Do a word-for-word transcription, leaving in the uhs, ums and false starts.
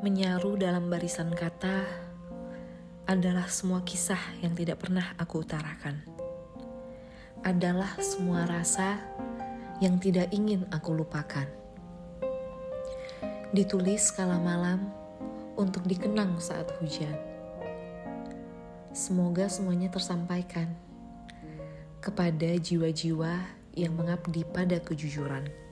Menyaru dalam barisan kata adalah semua kisah yang tidak pernah aku utarakan. Adalah semua rasa yang tidak ingin aku lupakan. Ditulis kala malam untuk dikenang saat hujan. Semoga semuanya tersampaikan kepada jiwa-jiwa yang mengabdi pada kejujuran.